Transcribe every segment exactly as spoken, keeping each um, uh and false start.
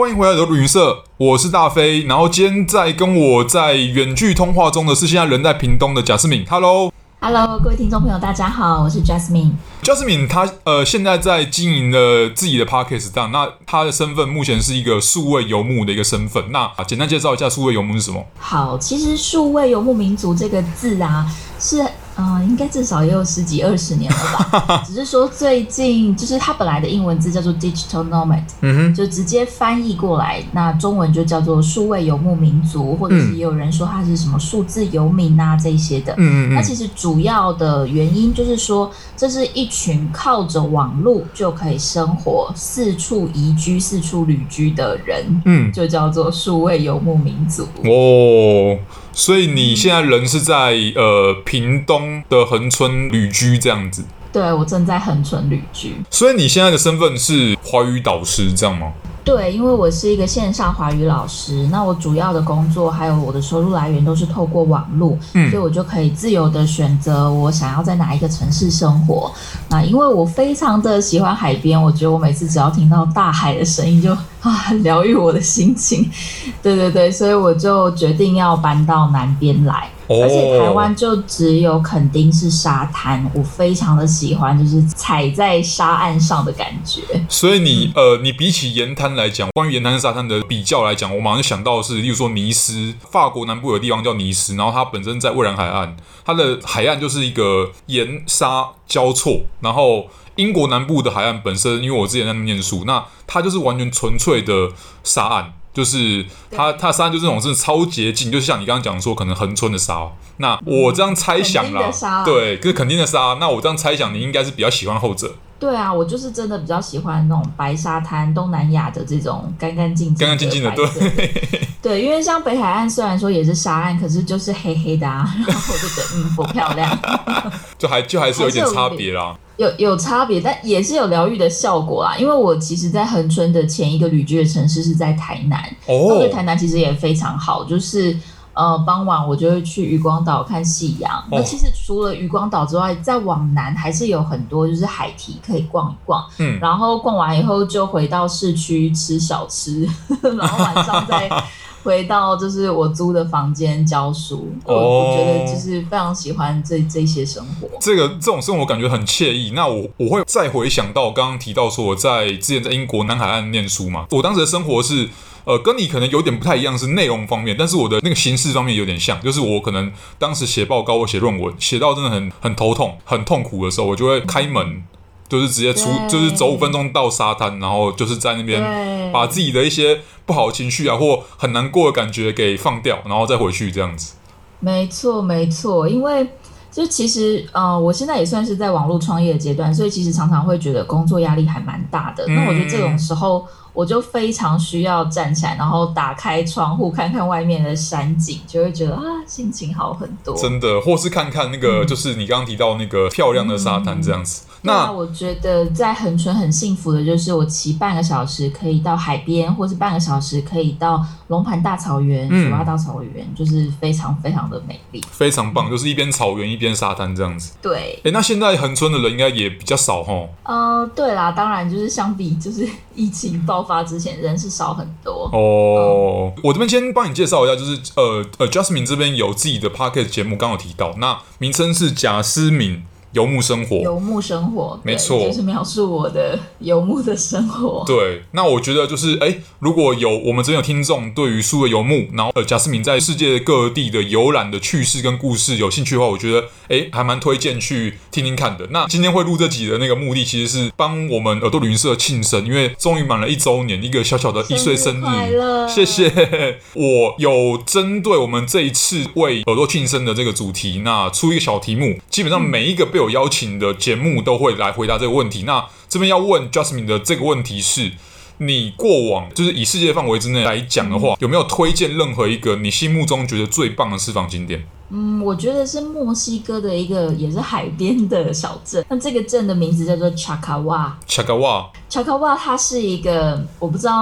欢迎回来的旅行社，我是大飞。然后今天在跟我在远距通话中的是现在人在屏东的贾斯敏。Hello，Hello， 各位听众朋友，大家好，我是 Jasmine。Jasmine 她呃现在在经营了自己的 podcast 档，那她的身份目前是一个数位游牧的一个身份。那简单介绍一下数位游牧是什么？ 好，其实数位游牧民族这个字啊，是。呃，应该至少也有十几二十年了吧。只是说最近就是它本来的英文字叫做 digital nomad，嗯哼，就直接翻译过来，那中文就叫做数位游牧民族，或者是也有人说它是什么数字游民啊这些的。嗯嗯嗯。那其实主要的原因就是说，这是一群靠着网络就可以生活、四处移居、四处旅居的人，嗯，就叫做数位游牧民族。 哦。所以你现在人是在呃屏东的恒春旅居这样子？ 对，我正在恒春旅居。 所以你现在的身份是华语导师，这样吗？ 对，因为我是一个线上华语老师，那我主要的工作还有我的收入来源都是透过网络，嗯，所以我就可以自由的选择我想要在哪一个城市生活。那因为我非常的喜欢海边，我觉得我每次只要听到大海的声音就啊很疗愈我的心情。对对对，所以我就决定要搬到南边来。Oh. 而且台湾就只有垦丁是沙滩，我非常的喜欢，就是踩在沙岸上的感觉。 所以你呃，你比起沿滩来讲，关于沿滩跟沙滩的比较来讲，我马上就想到的是，例如说尼斯，法国南部有地方叫尼斯，然后它本身在蔚蓝海岸，它的海岸就是一个盐沙交错，然后英国南部的海岸本身，因为我之前在那边念书，那它就是完全纯粹的沙岸。就是它，它沙就是那种是超洁净，就是像你刚刚讲说，可能恒春的沙。那我这样猜想啦， 嗯、 对，可是垦丁的沙。那我这样猜想，你应该是比较喜欢后者。 对啊，我就是真的比较喜欢那种白沙滩，东南亚的这种干干净净、 干干净净的，对， 对，因为像北海岸虽然说也是沙岸，可是就是黑黑的啊，然后我就觉得嗯不漂亮， 就还就还是有一点差别啦。 有有差别，但也是有疗愈的效果啦。因为我其实，在恒春的前一个旅居的城市是在台南，哦，那对台南其实也非常好，就是呃傍晚我就会去渔光岛看夕阳。那、哦、其实除了渔光岛之外，再往南还是有很多就是海堤可以逛一逛，嗯，然后逛完以后就回到市区吃小吃，然后晚上再回到就是我租的房间教书，我、oh, 我觉得就是非常喜欢这这些生活。 这个这种生活感觉很惬意。那我我会再回想到刚刚提到说我在之前在英国南海岸念书嘛，我当时的生活是呃跟你可能有点不太一样，是内容方面，但是我的那个形式方面有点像，就是我可能当时写报告或写论文写到真的很很头痛很痛苦的时候，我就会开门。就是直接出，就是走五分钟到沙滩，然后就是在那边把自己的一些不好的情绪啊，或很难过的感觉给放掉，然后再回去这样子。 没错，没错，因为就其实呃，我现在也算是在网络创业的阶段，所以其实常常会觉得工作压力还蛮大的。嗯、那我觉得这种时候，我就非常需要站起来，然后打开窗户看看外面的山景，就会觉得啊，心情好很多。 真的，或是看看那个，嗯、就是你刚刚提到那个漂亮的沙滩这样子。嗯那我觉得在恒春很幸福的就是我骑半个小时可以到海边，或是半个小时可以到龙盘大草原、雪蛙大草原，就是非常非常的美丽， 非常棒，就是一边草原一边沙滩这样子。 对， 哎，那现在恒春的人应该也比较少齁。 呃，对啦，当然就是相比就是疫情爆发之前，人是少很多。 哦，嗯、我这边先帮你介绍一下，就是呃呃 ，Jasmine 这边有自己的 podcast 节目，刚有提到，那名称是贾斯敏。游牧生活， 游牧生活， 没错， 就是描述我的游牧的生活。 对，那我觉得就是，哎，如果有我们这边有听众对于数位游牧，然后呃，贾斯敏在世界各地的游览的趣事跟故事有兴趣的话，我觉得，哎，还蛮推荐去听听看的。那今天会录这集的那个目的，其实是帮我们耳朵旅行社庆生，因为终于满了一周年，一个小小的一岁生日， 生日快乐， 谢谢。我有针对我们这一次为耳朵庆生的这个主题，那出一个小题目，基本上每一个被我邀请的节目都会来回答这个问题。那这边要问 Jasmine 的这个问题是，你过往就是以世界范围之内来讲的话，有没有推荐任何一个你心目中觉得最棒的私房景点？ 嗯，我觉得是墨西哥的一个也是海边的小镇，那这个镇的名字叫做 Chacagua。 Chacagua，Chacagua 它是一个我不知道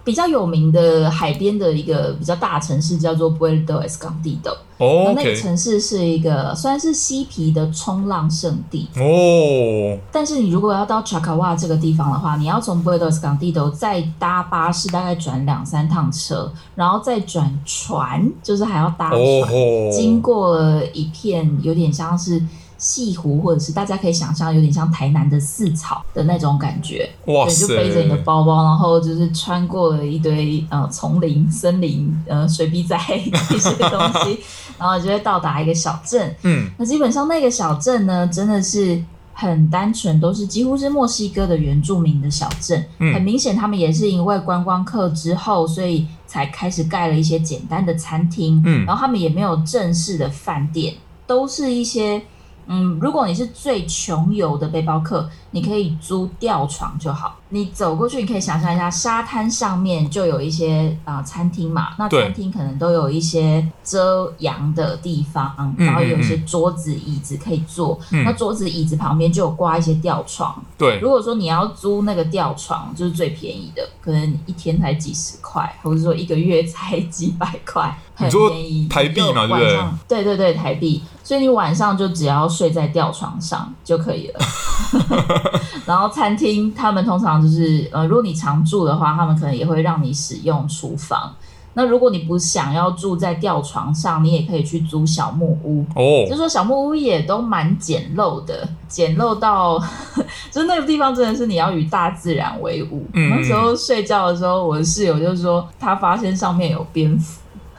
比较有名的海边的一个比较大城市叫做 Puerto Escondido。 哦、 那个城市是一个算是嬉皮的冲浪圣地哦， 但是你如果要到 Chacagua 这个地方的话，你要从 Puerto Escondido 再搭巴士，大概转两三趟车，然后再转船，就是还要搭船， 哦、 经过了一片有点像是西湖，或者是大家可以想象有点像台南的四草的那种感觉。 哇塞！ 对，就背着你的包包，然后就是穿过了一堆呃丛林、森林、呃水笔仔这些东西，然后就会到达一个小镇。 嗯， 那基本上那个小镇呢，真的是很单纯，都是几乎是墨西哥的原住民的小镇。嗯，很明显他们也是因为观光客之后，所以才开始盖了一些简单的餐厅。嗯，然后他们也没有正式的饭店，都是一些。嗯，如果你是最穷游的背包客，你可以租吊床就好。你走过去，你可以想象一下，沙滩上面就有一些啊、呃、餐厅嘛，那餐厅可能都有一些遮阳的地方，然后有一些桌子、椅子可以坐。嗯、那桌子、椅子旁边就有挂一些吊床。 对， 如果说你要租那个吊床，就是最便宜的，可能一天才几十块，或者说一个月才几百块，很便宜。 台币嘛，对不对？ 对对对，台币。所以你晚上就只要睡在吊床上就可以了。然后餐厅他们通常就是呃，如果你常住的话，他们可能也会让你使用厨房。那如果你不想要住在吊床上，你也可以去租小木屋。哦，就说小木屋也都蛮简陋的，简陋到就是那个地方真的是你要与大自然为伍。嗯、那时候睡觉的时候，我的室友就说他发现上面有蝙蝠。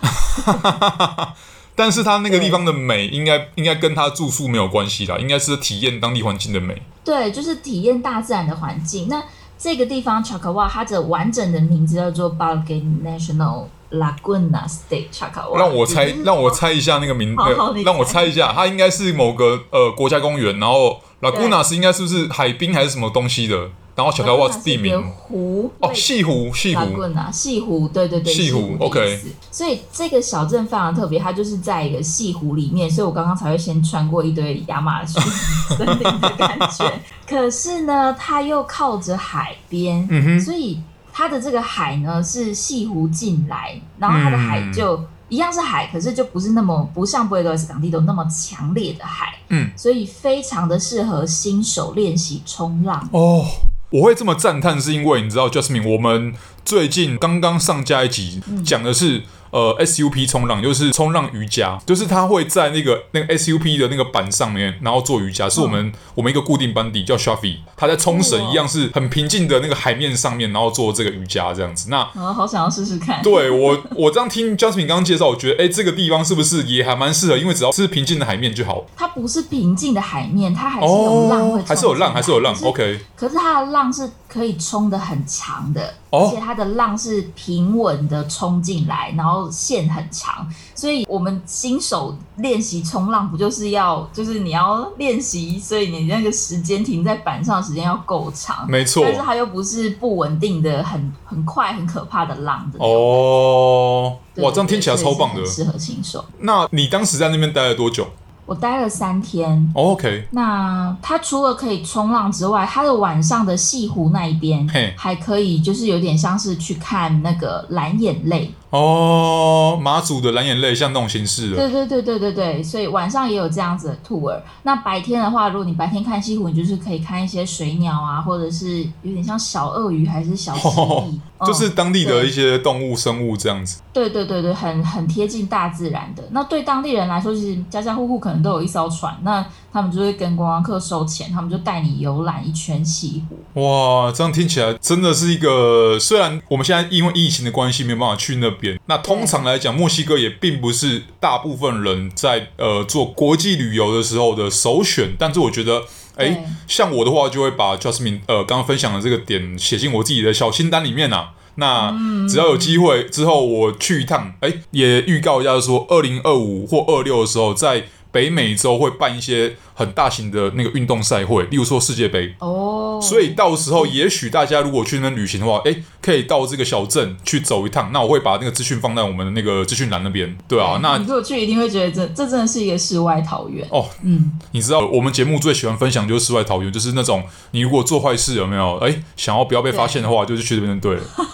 但是他那个地方的美应该应该跟他住宿没有关系啦，应该是体验当地环境的美。 对，就是体验大自然的环境。那这个地方 Chacagua 它的完整的名字叫做 Parque National Laguna State Chacagua。 让我猜，让我猜一下那个名， 好好让我猜一下，它应该是某个呃国家公园，然后 Laguna 是应该是不是海滨还是什么东西的？然后Chacagua是地名， 湖哦，西湖，西湖， 西湖，对对对， 西湖 ，OK。 所以这个小镇非常特别，它就是在一个西湖里面，所以我刚刚才会先穿过一堆亚马逊森林的感觉。可是呢，它又靠着海边，嗯哼，所以它的这个海呢是西湖进来，然后它的海就。嗯一样是海，可是就不是那么不像布宜诺斯港蒂多那么强烈的海，嗯，所以非常的适合新手练习冲浪哦。我会这么赞叹，是因为你知道 ，Jasmine， 我们最近刚刚上架一集，讲的是。呃 S U P 冲浪就是冲浪瑜伽，就是他会在那个那个 S U P 的那个板上面，然后做瑜伽。是我们、嗯、我们一个固定班底叫 Shafi， 他在冲绳一样是很平静的那个海面上面，然后做这个瑜伽这样子。那哦，好想要试试看。 对我我这样听 Jasmine 刚刚介绍，我觉得哎、欸，这个地方是不是也还蛮适合？因为只要是平静的海面就好。 它不是平静的海面，它还是有浪会冲、哦， 还是有浪，还是有浪。OK， 可是它的浪是可以冲得很长的，哦、而且它的浪是平稳的冲进来，然后线很长。所以我们新手练习冲浪不就是要就是你要练习，所以你那个时间停在板上的时间要够长， 没错。 但是它又不是不稳定的很很快很可怕的浪的哦。哇，这样听起来超棒的， 适合新手。 那你当时在那边待了多久？ 我待了三天。 Oh, OK。 那它除了可以冲浪之外，它的晚上的西湖那一边还可以，就是有点像是去看那个蓝眼泪。 哦，马祖的蓝眼泪像那种形式的。 对对对对对对，所以晚上也有这样子的 tour。那白天的话，如果你白天看西湖，你就是可以看一些水鸟啊，或者是有点像小鳄鱼还是小蜥蜴、哦嗯，就是当地的一些动物生物这样子。 对对对对，很很贴近大自然的。那对当地人来说，其实家家户户可能都有一艘船，那他们就会跟观光客收钱，他们就带你游览一圈西湖。 哇，这样听起来真的是一个，虽然我们现在因为疫情的关系没有办法去那边，那通常来讲，墨西哥也并不是大部分人在呃做国际旅游的时候的首选，但是我觉得。哎，像我的话，就会把 Jasmine 呃刚刚分享的这个点写进我自己的小清单里面啊。那只要有机会之后我去一趟，哎，也预告一下说，二零二五或二六的时候，在北美洲会办一些很大型的那个运动赛会，例如说世界杯哦。所以到时候也许大家如果去那边旅行的话，哎，可以到这个小镇去走一趟。那我会把那个资讯放在我们的那个资讯栏那边，对啊。那你如果去，一定会觉得这这真的是一个世外桃源哦。嗯，你知道我们节目最喜欢分享就是世外桃源，就是那种你如果做坏事有没有？哎，想要不要被发现的话，就是去这边就对了。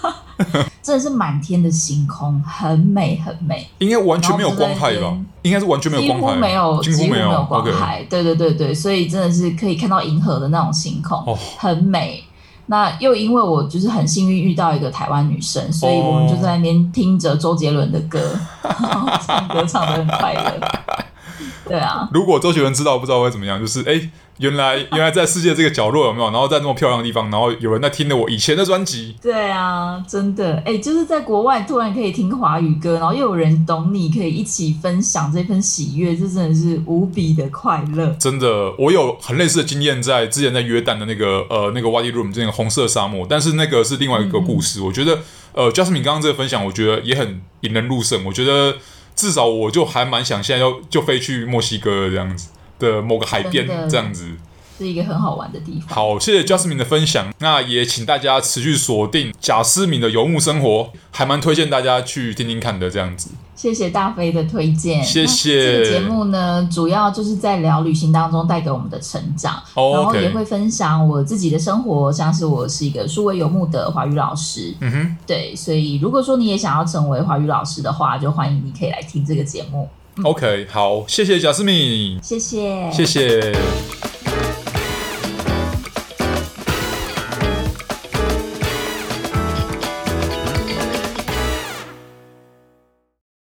真的是满天的星空，很美很美。 应该完全没有光害吧？应该是完全没有光害， 几乎没有， 几乎没有， 没有光害。Okay. 对对对对，所以真的是可以看到银河的那种星空，哦、很美。那又因为我就是很幸运遇到一个台湾女生，所以我们就在那边听着周杰伦的歌，然后唱歌唱得很快乐。对啊， 如果周杰伦知道，不知道会怎么样，就是哎。原来原来在世界这个角落有没有？然后在那么漂亮的地方，然后有人在听了我以前的专辑。 对啊，真的，哎，就是在国外突然可以听华语歌，然后又有人懂你，可以一起分享这份喜悦，这真的是无比的快乐。 真的，我有很类似的经验，在之前在约旦的那个呃那个 Wadi Rum 这个红色沙漠，但是那个是另外一个故事。嗯、我觉得呃 Jasmine 刚刚这个分享，我觉得也很引人入胜。我觉得至少我就还蛮想现在要就飞去墨西哥这样子。的某个海边这样子， 是一个很好玩的地方。 好，谢谢 Jasmine 的分享。那也请大家持续锁定贾思敏的游牧生活，还蛮推荐大家去听听看的这样子。 谢谢大飞的推荐， 谢谢。 这个节目呢，主要就是在聊旅行当中带给我们的成长， oh, okay. 然后也会分享我自己的生活，像是我是一个数位游牧的华语老师。嗯哼，对，所以如果说你也想要成为华语老师的话，就欢迎你可以来听这个节目。 OK， 好，谢谢贾思敏， 谢谢， 谢谢。